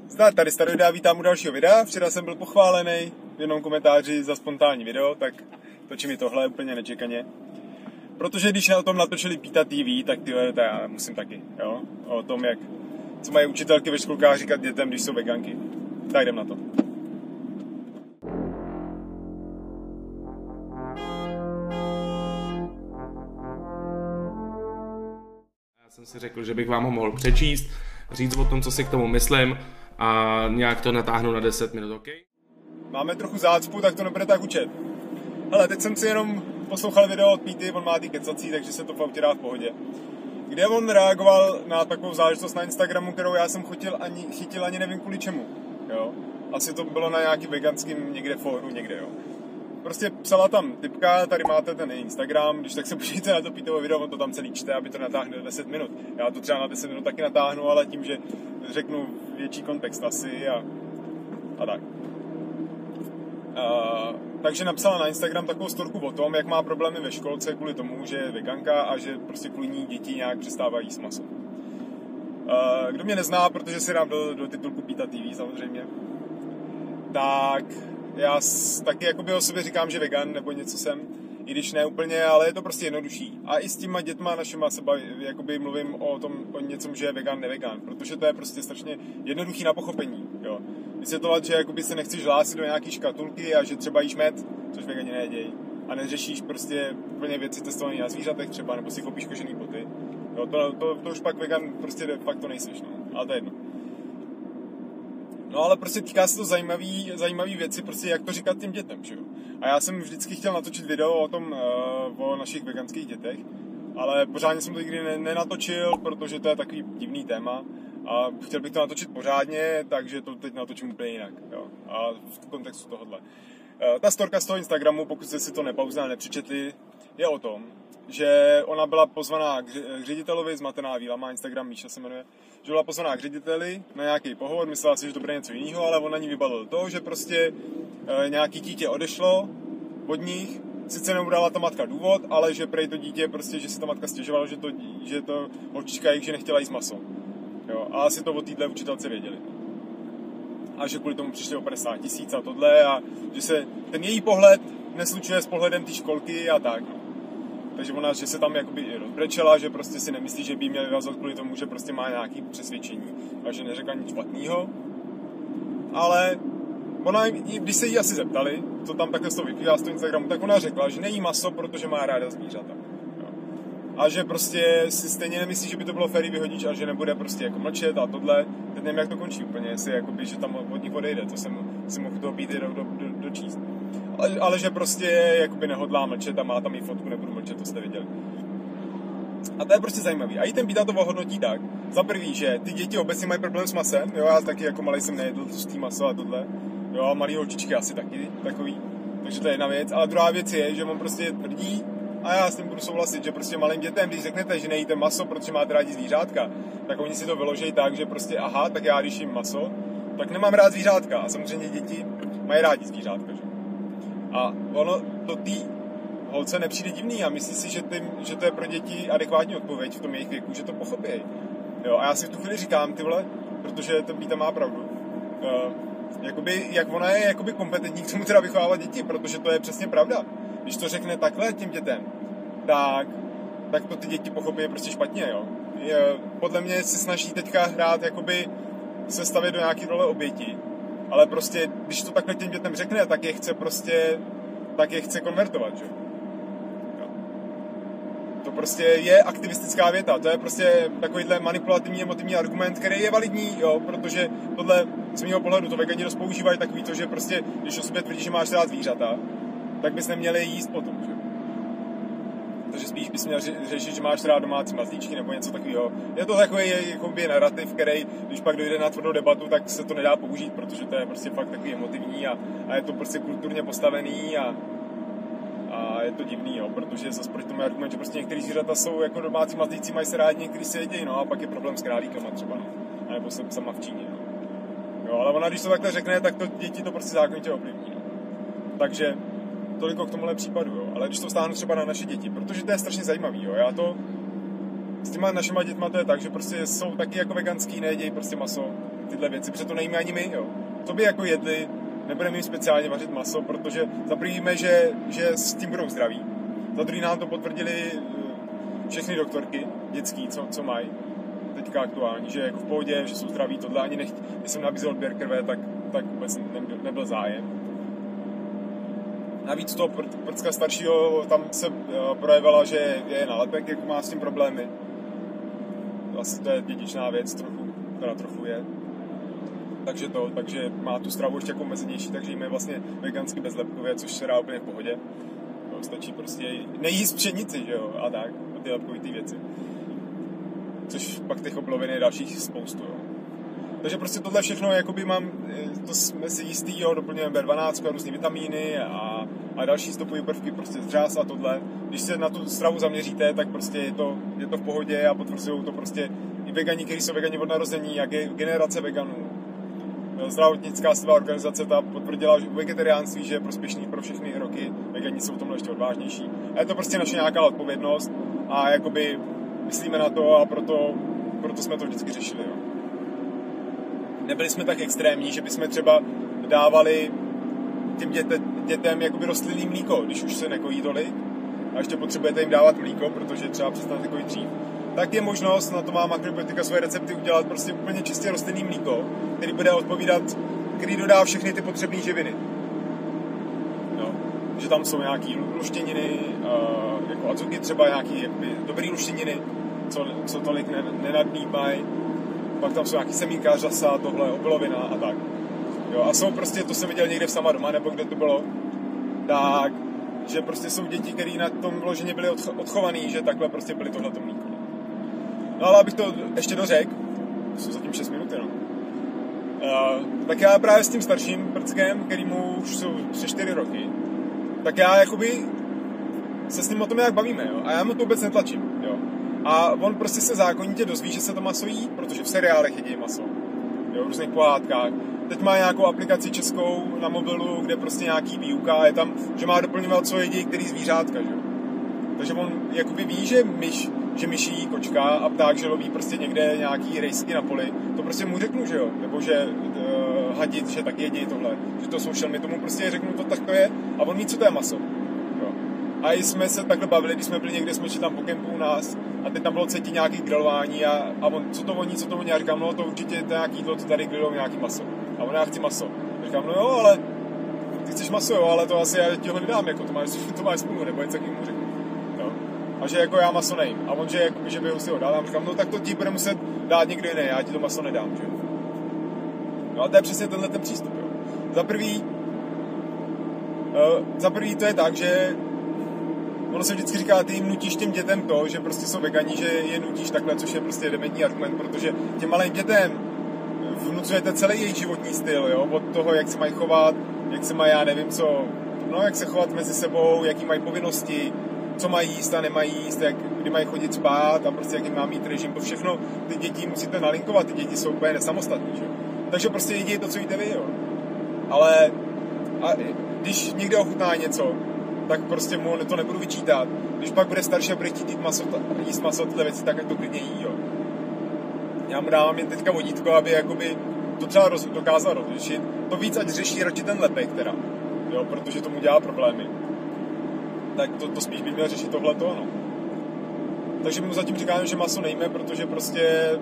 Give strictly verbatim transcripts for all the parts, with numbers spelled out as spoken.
Zdar, tady Starý videa, vítám u dalšího videa. Včera jsem byl pochválený v jednom komentáři za spontánní video, tak točím i tohle úplně nečekaně. Protože když na tom natočili Pita T V, tak tyhle, to já musím taky, jo? O tom, jak, co mají učitelky ve školkách říkat dětem, když jsou veganky. Tak jdem na to. Já jsem si řekl, že bych vám ho mohl přečíst, říct o tom, co si k tomu myslím a nějak to natáhnu na deset minut, OK? Máme trochu zácpu, tak to nebude tak učet. Hele, teď jsem si jenom poslouchal video od Pity, on má ty kecací, takže se to v autě dá v pohodě. Kde on reagoval na takovou záležitost na Instagramu, kterou já jsem chytil ani, chytil ani nevím kvůli čemu, jo. Asi to bylo na nějaký veganským někde fóru, někde, jo. Prostě psala tam typka, tady máte ten Instagram, když tak se podívejte na to Pitovo video, on to tam celý čte, aby to natáhne do deset minut. Já to třeba na deset minut taky natáhnu, ale tím, že řeknu větší kontext asi a, a tak. Uh, takže napsala na Instagram takovou storku o tom, jak má problémy ve školce kvůli tomu, že je veganka a že prostě kvůli ní děti nějak přestávají jíst maso. Uh, kdo mě nezná, protože si dám do, do titulku Pita T V samozřejmě, tak já taky jakoby o sobě říkám, že vegan nebo něco jsem, i když ne úplně, ale je to prostě jednodušší. A i s těma dětma našima se baví, jakoby mluvím o tom, o něčem, že je vegan, nevegan, protože to je prostě strašně jednoduchý na pochopení, jo. Vysvětlovat, že jakoby se nechceš hlásit do nějaký škatulky a že třeba jíš med, což vegani nejedějí, a neřešíš prostě úplně věci testované na zvířatech třeba, nebo si koupíš kožený boty. Jo, to, to, to už pak vegan prostě de facto nejseš, no. Ale to je jedno. No ale prostě týká se to zajímavý, zajímavý věci, prostě jak to říkat těm dětem, že jo. A já jsem vždycky chtěl natočit video o tom, uh, o našich veganských dětech, ale pořádně jsem to nikdy nenatočil, protože to je takový divný téma a chtěl bych to natočit pořádně, takže to teď natočím úplně jinak, jo. A v kontextu tohohle. Uh, ta storka z toho Instagramu, pokud jste si to nepauznali, nepřečetli, je o tom, že ona byla pozvaná k ředitelovi, zmatená víla, má Instagram, Míša se jmenuje, že byla pozvaná k řediteli na nějaký pohovor, myslela si, že to bude něco jiného, ale on na ní vybalil to, že prostě e, nějaký dítě odešlo od nich, sice neudala ta matka důvod, ale že prej to dítě prostě, že se ta matka stěžovala, že to, že to holčička jich, že nechtěla jíst maso. Jo, a asi to od téhle učitelce věděli. A že kvůli tomu přišli o padesát tisíc a tohle a že se ten její pohled neslučuje s pohledem té školky a tak, no. Takže ona, že se tam jakoby rozbrečela, že prostě si nemyslí, že by měl vyvazovat kvůli tomu, že prostě má nějaký přesvědčení a že neřekla nic špatného. Ale ona, když se jí asi zeptali, co tam takhle z toho vyplývá z toho Instagramu, tak ona řekla, že nejí maso, protože má ráda zvířata. Jo. A že prostě si stejně nemyslí, že by to bylo fér vyhodit a že nebude prostě jako mlčet a tohle. Teď nevím, jak to končí úplně, jestli jakoby, že tam od nich odejde, to jsem si mohl toho být do, do, do, dočíst. Ale, ale že prostě jakoby nehodlá mlčet a má tam i fotku, nebudu mlčet, to jste viděli. A to je prostě zajímavý. A i ten Pita to ohodnotí tak. Za prvý, že ty děti obecně mají problém s masem, jo, já taky jako malej jsem nejedl tlustý maso a tohle. Jo, a malý holčičky asi taky takový. Takže to je jedna věc. Ale druhá věc je, že on prostě tvrdí, a já s tím budu souhlasit, že prostě malým dětem, když řeknete, že nejíte maso, protože máte rádi zvířátka, tak oni si to vyloží tak, že prostě aha, tak já když jim maso, tak nemám rád zvířátka. A samozřejmě děti mají rádi zvířátka, že? A ono to tý holce nepřijde divný a myslí si, že, tím, že to je pro děti adekvátní odpověď v tom jejich věku, že to pochopí. Jo, a já si v tu chvíli říkám, ty vole, protože ten Pita má pravdu, uh, jakoby, jak ona je jakoby kompetentní k tomu teda vychovávat děti, protože to je přesně pravda. Když to řekne takhle těm dětem, tak, tak to ty děti pochopí prostě špatně, jo. Je, podle mě si snaží teďka hrát, jakoby se stavět do nějaký role oběti. Ale prostě, když to takhle těm dětem řekne, tak je chce prostě, tak je chce konvertovat, že? Jo. To prostě je aktivistická věta, to je prostě takovýhle manipulativní emotivní argument, který je validní, jo, protože tohle z mého pohledu to vegani dost používají takový to, že prostě, když o sobě tvrdíš, že máš rád zvířata, tak bys neměli jíst potom, že? Takže spíš bys měl řešit, že máš rád domácí mazlíčky nebo něco takového. Je to takový jakoby narrativ, který, když pak dojde na tvrdou debatu, tak se to nedá použít, protože to je prostě fakt takový emotivní a, a je to prostě kulturně postavený a, a je to divný, jo, protože zase proti tomu argument, že prostě některý zvířata jsou jako domácí mazlíci, mají se rádi, některý se jedějí, no a pak je problém s králíkama třeba, no. A nebo se sama v Číně, no. Jo, ale ona, když to takhle řekne, tak to děti to prostě zákonitě ovlivní, no. Takže toliko k tomuhle případu, jo. Ale když to vztáhnu třeba na naše děti, protože to je strašně zajímavý, jo. Já to s těma našima dětma to je tak, že prostě jsou taky jako veganský, nejedějí prostě maso. tyhle věci, protože to nejíme ani my, jo. To by jako jedli, nebudeme jim speciálně vařit maso, protože za prvý víme, že, že s tím budou zdraví. Za druhý nám to potvrdili všechny doktorky dětský, co, co mají teďka aktuální, že jako v pohodě, že jsou zdraví, tohle ani nechtějí. Když jsem nabízel odběr krve, tak, tak vůbec nebyl, nebyl zájem. Navíc toho pr- prcka staršího tam se uh, projevila, že je nálepek, jako má s tím problémy. Vlastně to je dědičná věc trochu, teda trochu je. Takže to, takže má tu stravu ještě jako omezenější, takže jíme vlastně vegansky bezlepkově, což se dá úplně v pohodě. No, stačí prostě nejíst pšenici, že jo, a tak, a ty lepkový ty věci. Což pak těch oblovin je dalších spoustu, jo. Takže prostě tohle všechno, jakoby mám, to jsme si jistý, jo, doplňujeme bé dvanáct a různý vitamíny a, a další stopové prvky, prostě dřás a tohle. Když se na tu stravu zaměříte, tak prostě je to, je to v pohodě a potvrzují to prostě i vegani, kteří jsou vegani od narození, jak je generace veganů. Zdravotnická světová organizace ta potvrdila, že vegetariánství že je prospěšný pro všechny roky, vegani jsou v tomhle ještě odvážnější. A je to prostě naše nějaká odpovědnost a jakoby myslíme na to a proto, proto jsme to vždycky řešili, jo. Nebyli jsme tak extrémní, že bychom třeba dávali těm děte, dětem jakoby rostlinný mlíko, když už se nekojí tolik a ještě potřebujete jim dávat mlíko, protože třeba přestanete kojit dřív. Tak je možnost, na to má Makrobiotika svoje recepty, udělat prostě úplně čistě rostlinný mlíko, který bude odpovídat, který dodá všechny ty potřebné živiny. No, že tam jsou nějaký luštěniny, uh, jako azuky třeba, nějaký jakoby, dobrý luštěniny, co, co tolik nenadmívají. Pak tam jsou nějaký semínka, řasa, tohle, obilovina a tak. Jo, a jsou prostě, to jsem viděl někde v Sama doma, nebo kde to bylo, tak, že prostě jsou děti, které na tom vloženě byly odchovaný, že takhle prostě byly tohleto mlíko. No ale abych to ještě dořekl, jsou zatím šest minut jenom, uh, tak já právě s tím starším prckem, kterýmu už jsou tři čtyři roky, tak já jakoby se s ním o tom nějak bavíme, jo, a já mu to vůbec netlačím, jo. A on prostě se zákonitě dozví, že se to maso jí, protože v seriálech jedí maso, jo, v různých pohádkách. Teď má nějakou aplikaci českou na mobilu, kde prostě nějaký výuka, je tam, že má doplňovat, co jedí, který zvířátka, že jo. Takže on jakoby ví, že myš, že myší kočka a pták, že loví prostě někde nějaký rejsky na poli, to prostě mu řeknu, že jo, nebo že uh, hadit, že tak jedí tohle, že to jsou šelmy, tomu prostě řeknu to, tak to je a on ví, co to je maso. Jo. A i jsme se takhle bavili, když jsme byli někde, jsme šli tam po kempu u nás a teď tam bylo cítit nějaký grilování a, a on, co to voní, co to voní, a říkám, no to určitě je nějaký jídlo, to tady grillou nějaký maso. A on, já chci maso. A říkám, no jo, ale ty chceš maso, jo, ale to asi já ti ho nedám, jako to máš, to máš spolu, nebo něco takovému řeknu. Jo. A že jako já maso nejím. A on, že, jako, že by ho si ho dal, a říkám, no tak to ti bude muset dát někdo jiný, já ti to maso nedám, že? No a to je přesně tenhle ten přístup, jo. Za prvý, uh, za prvý to je tak, že ono se vždycky říká, ty jim nutíš těm dětem to, že prostě jsou vegani, že je nutíš takhle, což je prostě dementní argument, protože těm malým dětem vnucujete celý jejich životní styl, jo, od toho, jak se mají chovat, jak se mají, já nevím co, no, jak se chovat mezi sebou, jaký mají povinnosti, co mají jíst a nemají jíst, jak, kdy mají chodit spát a prostě jaký má mít režim, to všechno ty děti musíte nalinkovat, ty děti jsou úplně nesamostatní, že? Takže prostě jedí to, co jíte vy, jo. Ale a když někde ochutná něco, tak prostě mu to nebudu vyčítat. Když pak bude starší a bude chtít jít maso, jíst maso, tyhle věci, tak ať to klidně jí, jo. Já mu dávám jen teďka vodítko, aby jakoby to třeba roz, dokázal rozlišit. To víc, ať řeší radši ten lepek teda, jo, protože tomu dělá problémy. Tak to, to spíš by měl řešit tohleto, no. Takže mu zatím říkám, že maso nejíme, protože prostě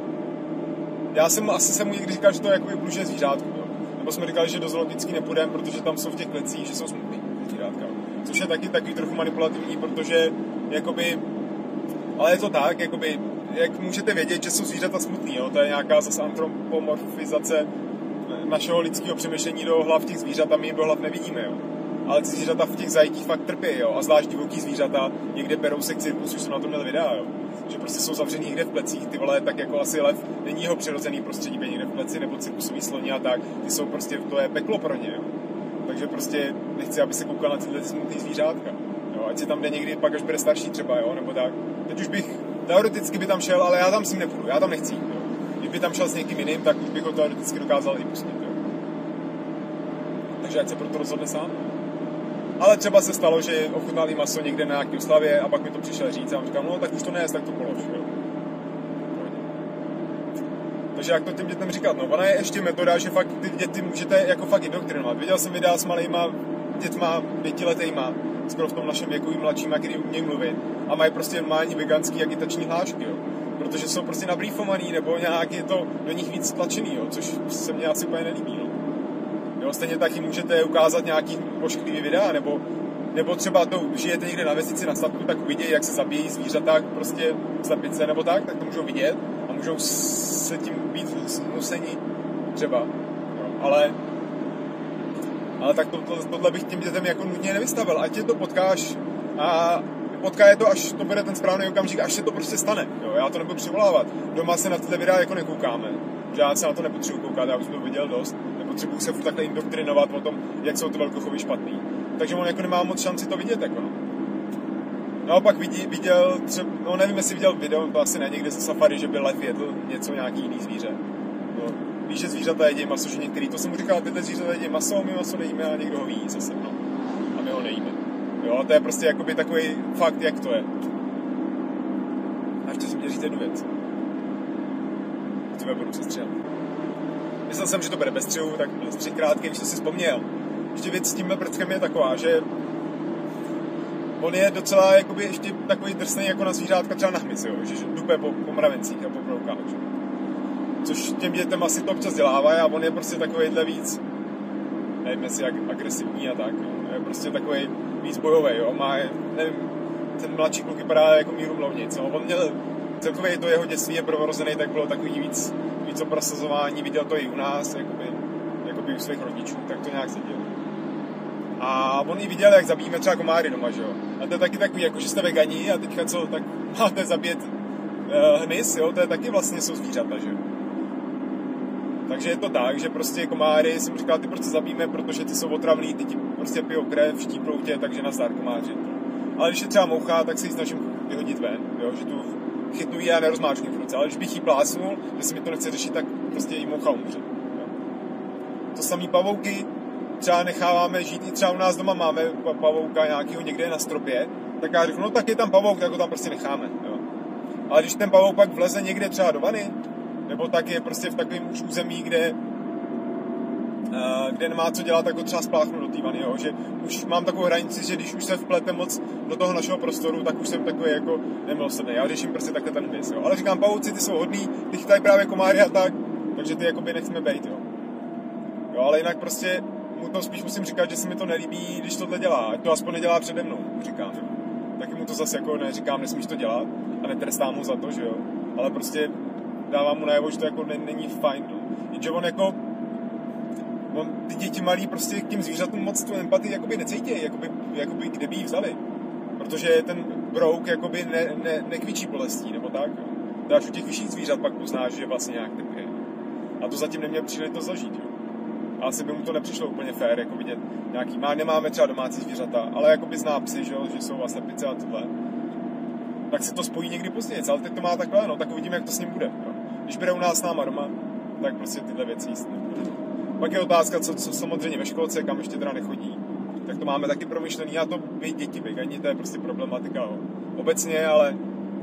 já jsem asi jsem mu někdy říkal, že to je jakoby bluže zvířátku, jo. Nebo jsme říkali, že do zoologický nepůjdeme, protože tam jsou v těch klecích, že jsou smutný zvířátka. Což je taky takový trochu manipulativní, protože jakoby, ale je to tak, jakoby, jak můžete vědět, že jsou zvířata smutný, jo? To je nějaká zase antropomorfizace našeho lidského přemýšlení do hlav těch zvířat a my do hlav nevidíme, jo? Ale ty zvířata v těch zajetích fakt trpí, jo? A zvlášť divoký zvířata někde berou se k cirkusu, už jsem na to měl videa, jo? Že prostě jsou zavřený někde v plecích, ty vole, tak jako asi lev není jeho přirozený prostředí, by někde v pleci, nebo cirkusový sloni a tak, ty jsou prostě, to je peklo pro ně, jo? Takže prostě nechci, aby se koukal na tyhle smutný zvířátka, jo? Ať si tam jde někdy, pak až bude starší třeba, jo? Nebo tak. Teď už bych, teoreticky by tam šel, ale já tam s ním nepůjdu, já tam nechci, jo? Kdyby tam šel s někým jiným, tak už bych ho teoreticky dokázal i pustit, jo? Takže ať se proto rozhodne sám. Ale třeba se stalo, že ochutnali maso někde na nějaké oslavě a pak mi to přišel říct a on říkal, no tak už to nejest, tak to polož, jo. Takže jak to těm dětem říkat, no, ona je ještě metoda, že fakt ty děti můžete jako fakt indoktrinovat. Viděl jsem videa s malejma dětma, pětiletejma, skoro v tom našem věku i mladšíma, který umějí mluvit a mají prostě normální veganský agitační hlášky, jo. Protože jsou prostě nabrýfovaný, nebo nějak je to do nich víc tlačený, jo, což se mně asi úplně nelíbí, no. Jo, stejně taky můžete ukázat nějaký ošklivý videa, nebo, nebo třeba to žijete někde na vesnici na statku, tak uvidějí, jak se zabíjí zvířata prostě v slepice nebo tak, tak to můžou vidět a můžou se tím být zhnuseni třeba, jo, ale ale tak to, to, tohle bych těm dětem jako nutně nevystavil, ať je to potkáš a potká je to, až to bude ten správný okamžik, až se to prostě stane, jo, já to nebudu přivolávat, doma se na tyhle videa jako nekoukáme, že já se na to nepotřebuji koukat, já už jsem to viděl dost, nepotřebuji se furt takhle indoktrinovat o tom, jak jsou ty velkochovy špatný, takže on jako nemá moc šanci to vidět, jako no. Naopak vidí, viděl třeba, no nevím, jestli viděl video, to asi ne, někde ze safari, že by lev jedl něco, nějaký jiný zvíře. No, víš, že zvířata jedí maso, že některý, to jsem mu říkal, tyhle zvířata jedí maso, my maso nejíme a někdo ho ví zase, no. A my ho nejíme. Jo, a to je prostě jakoby takový fakt, jak to je. A ještě jsem měl říct jednu věc. Tebe budu se stříhat. Myslel jsem, že to bude bez střihu, tak byl střih krátký, když jsem si vzpomněl. Ještě věc s tímhle prckem je taková, že on je docela jakoby ještě takový drsný jako na zvířátka třeba na hmyz, jo? Že dupe po, po mravencích a po broukách. Že? Což těm dětem asi to občas dělává a on je prostě takovýhle víc, nevím jestli jak agresivní a tak, jo? Je prostě takový víc bojový, jo? Má, nevím, ten mladší kluk vypadá jako Míru Mlovnic, jo? On měl celkově to jeho dětství je prvorozený, tak bylo takový víc, víc o prosazování, viděl to i u nás, jakoby, jakoby u svých rodičů, tak to nějak se dělo. A on i viděl, jak zabíjíme třeba komáry doma, že jo. A to je taky takový, jako že jste vegani a teďka co, tak máte zabít uh, hmyz, jo, to je taky vlastně jsou zvířata, že jo. Takže je to tak, že prostě komáry, jsem říkal, ty prostě zabijeme, protože ty jsou otravný, ty ti prostě pijou krev, štíplou tě, takže nazdar komáři. Ale když je třeba moucha, tak se ji snažím vyhodit ven, jo, že tu chytnu ji a nerozmáčknu v ruce. Ale když bych jí plásnul, že se mi to nechce řešit, tak prostě jí moucha umře. Jo. To samý pavouky, třeba necháváme žít, i třeba u nás doma máme pavouka nějakýho někde na stropě, tak já řeknu, no tak je tam pavouk, tak ho tam prostě necháme. Jo. Ale když ten pavouk pak vleze někde třeba do vany, nebo tak je prostě v takovém už území, kde, uh, kde nemá co dělat, tak ho třeba spláchnu do té vany, jo. Že už mám takovou hranici, že když už se vplete moc do toho našeho prostoru, tak už jsem takový jako nemilosrdný. Já řeším prostě takhle ten věc, jo. Ale říkám, pavouci, ty jsou hodný, ty chytají právě komáry a tak, takže ty jakoby nechceme bejt, jo. Jo, ale jinak prostě mu to spíš musím říkat, že se mi to nelíbí, když tohle dělá, ať to aspoň nedělá přede mnou, říkám, jo. Taky mu to zase jako neříkám, nesmíš to dělat a netrestám mu za to, že jo. Ale prostě dávám mu najevo, že to jako není fajn, no. Jenže on jako, on, ty děti malí prostě k těm zvířatům moc tu empatii jakoby necítějí, jakoby, jakoby kde by jí vzali. Protože ten brouk jakoby ne, ne, nekvičí bolestí, nebo tak, jo. To až u těch vyšších zvířat pak poznáš, že vlastně nějak trpí. A to zatím neměl příležitost zažít, jo. A asi by mu to nepřišlo úplně fér, jako vidět nějaký, má, nemáme třeba domácí zvířata, ale jakoby zná psy, že, že jsou vlastně slepice a tohle. Tak se to spojí někdy později, ale teď to má takhle, no, tak uvidíme, jak to s ním bude, jo. Když bude u nás s náma doma, tak prostě tyhle věci jíst nebude. Pak je otázka, co, co samozřejmě ve školce, kam ještě teda nechodí, tak to máme taky promyšlený, a to být děti vegani, to je prostě problematika, jo. Obecně, ale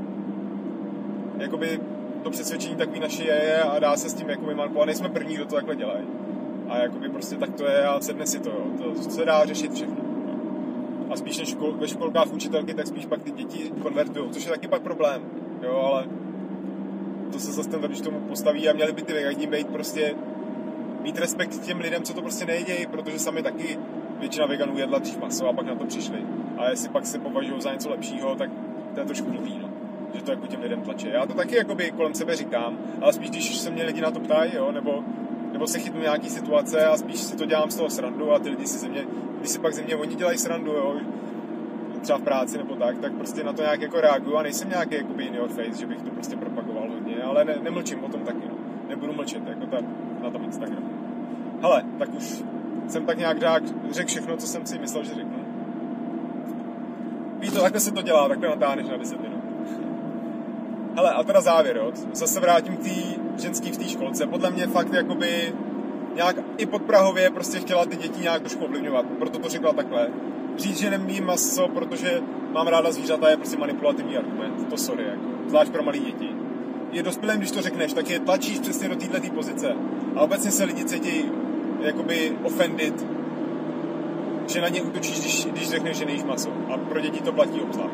jakoby to přesvědčení takový naše je a dá se s tím jakoby manipulovat, nejsme první, kdo to takhle dělají. A jakoby prostě tak to je a sedne si to, jo. To se dá řešit všechno. Jo. A spíš než škol, ve školkách učitelky, tak spíš pak ty děti konvertují, což je taky pak problém, jo, ale to se zase ten rodič tomu postaví a měli by ty vegani být prostě mít respekt k těm lidem, co to prostě nejedějí, protože sami taky většina veganů jedla dřív maso a pak na to přišli. A jestli pak se považují za něco lepšího, tak to je trošku blbý, no. Že to jako těm lidem tlačí. Já to taky jakoby kolem sebe říkám, ale spíš když se mě lidi na to ptají, jo, nebo nebo se chytnu nějaký situace a spíš si to dělám z toho srandu a ty lidi si ze mě, když si pak ze mě oni dělají srandu, jo, třeba v práci nebo tak, tak prostě na to nějak jako reaguju a nejsem nějaký jakoby in your face, že bych to prostě propagoval hodně, ale ne, nemlčím o tom taky, no. Nebudu mlčet, jako ta, na tom Instagramu. Hele, tak už jsem tak nějak řekl všechno, co jsem si myslel, že řeknu. Ví to, takhle se to dělá, takhle natáhneš na deset minut. Hele, a teda závěr, jo. Zase vrátím k té ženský v té školce. Podle mě fakt jakoby nějak i podprahově prostě chtěla ty děti nějak trošku ovlivňovat. Proto to řekla takhle. Říct, že nemím maso, protože mám ráda zvířata, je prostě manipulativní argument. To sorry, jako. Zvlášť pro malé děti. je dospělým, když to řekneš, tak je tlačíš přesně do této pozice. A obecně se lidi cítí jakoby offended, že na ně útočíš, když, když řekneš, že nejíš maso. A pro děti to platí obzvlášť.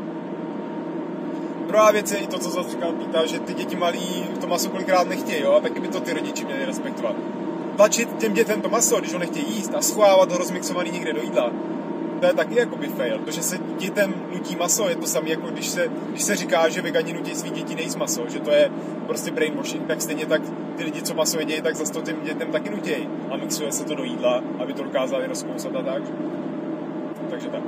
Druhá věc je i to, co zase říkal Píta, že ty děti malí to maso kolikrát nechtějí, jo, a taky by to ty rodiči měli respektovat. Tlačit těm dětem to maso, když ho nechtějí jíst, a schovávat ho rozmixovaný někde do jídla, to je taky jakoby fail. To, že se dětem nutí maso, je to samé, jako když se, když se říká, že vegani nutí svý děti nejíst maso, že to je prostě brainwashing, tak stejně tak ty lidi, co maso jedí, tak zase to těm dětem taky nutějí. A mixuje se to do jídla, aby to dokázali rozkousat a tak. Takže tak.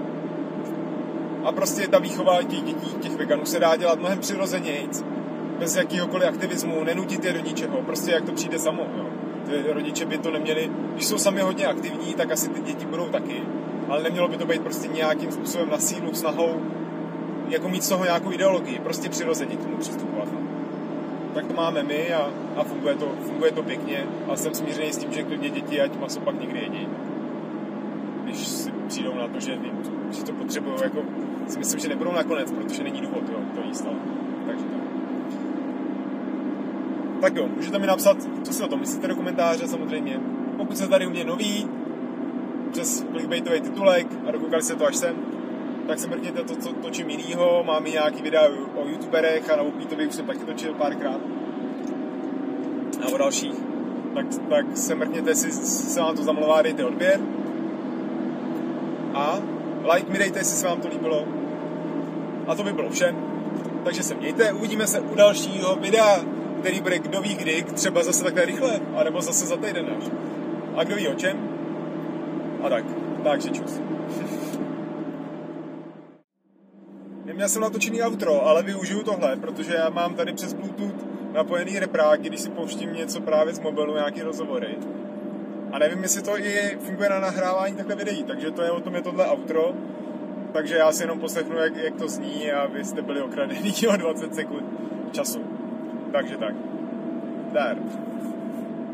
A prostě ta výchova těch dětí, těch veganů se dá dělat mnohem přirozenějc, bez jakýhokoliv aktivismu, nenutit je do ničeho, prostě jak to přijde samo. Jo. Ty rodiče by to neměli, když jsou sami hodně aktivní, tak asi ty děti budou taky, ale nemělo by to být prostě nějakým způsobem na sílu, snahou, jako mít z toho nějakou ideologii, prostě přirozeně k tomu přistupovat. Tak to máme my a, a funguje, to, funguje to pěkně a jsem smířený s tím, že klidně děti ať maso pak někdy jedí. Když si přijdou na to, že, že to potřebují, jako si myslím, že nebudou nakonec, protože není důvod jo, to jíst. Takže tak. Tak jo, můžete mi napsat, co si o tom myslíte do komentáře samozřejmě. Pokud se tady u mě noví, přes clickbaitový titulek a dokoukali se to až sem, tak se mrkněte to, co točím jinýho. Mám i nějaký videa o youtuberech a na Pítovi už jsem taky točil párkrát. A o dalších. Tak, tak se mrkněte, jestli se vám to zamlouvá, dejte odběr. A like mi dejte, jestli se vám to líbilo. A to by bylo všem. Takže se mějte, uvidíme se u dalšího videa, který bude kdo ví kdy, třeba zase takhle rychle, anebo zase za týden až. A kdo ví o čem. A tak, takže čus. Neměl jsem natočený outro, ale využiju tohle, protože já mám tady přes Bluetooth napojený repráky, když si pouštím něco právě z mobilu, nějaký rozhovory. A nevím, jestli to i funguje na nahrávání takhle videí, takže to je o tom je tohle outro. Takže já si jenom poslechnu, jak, jak to zní a vy jste byli okradený o dvacet sekund času. Takže tak. Dar.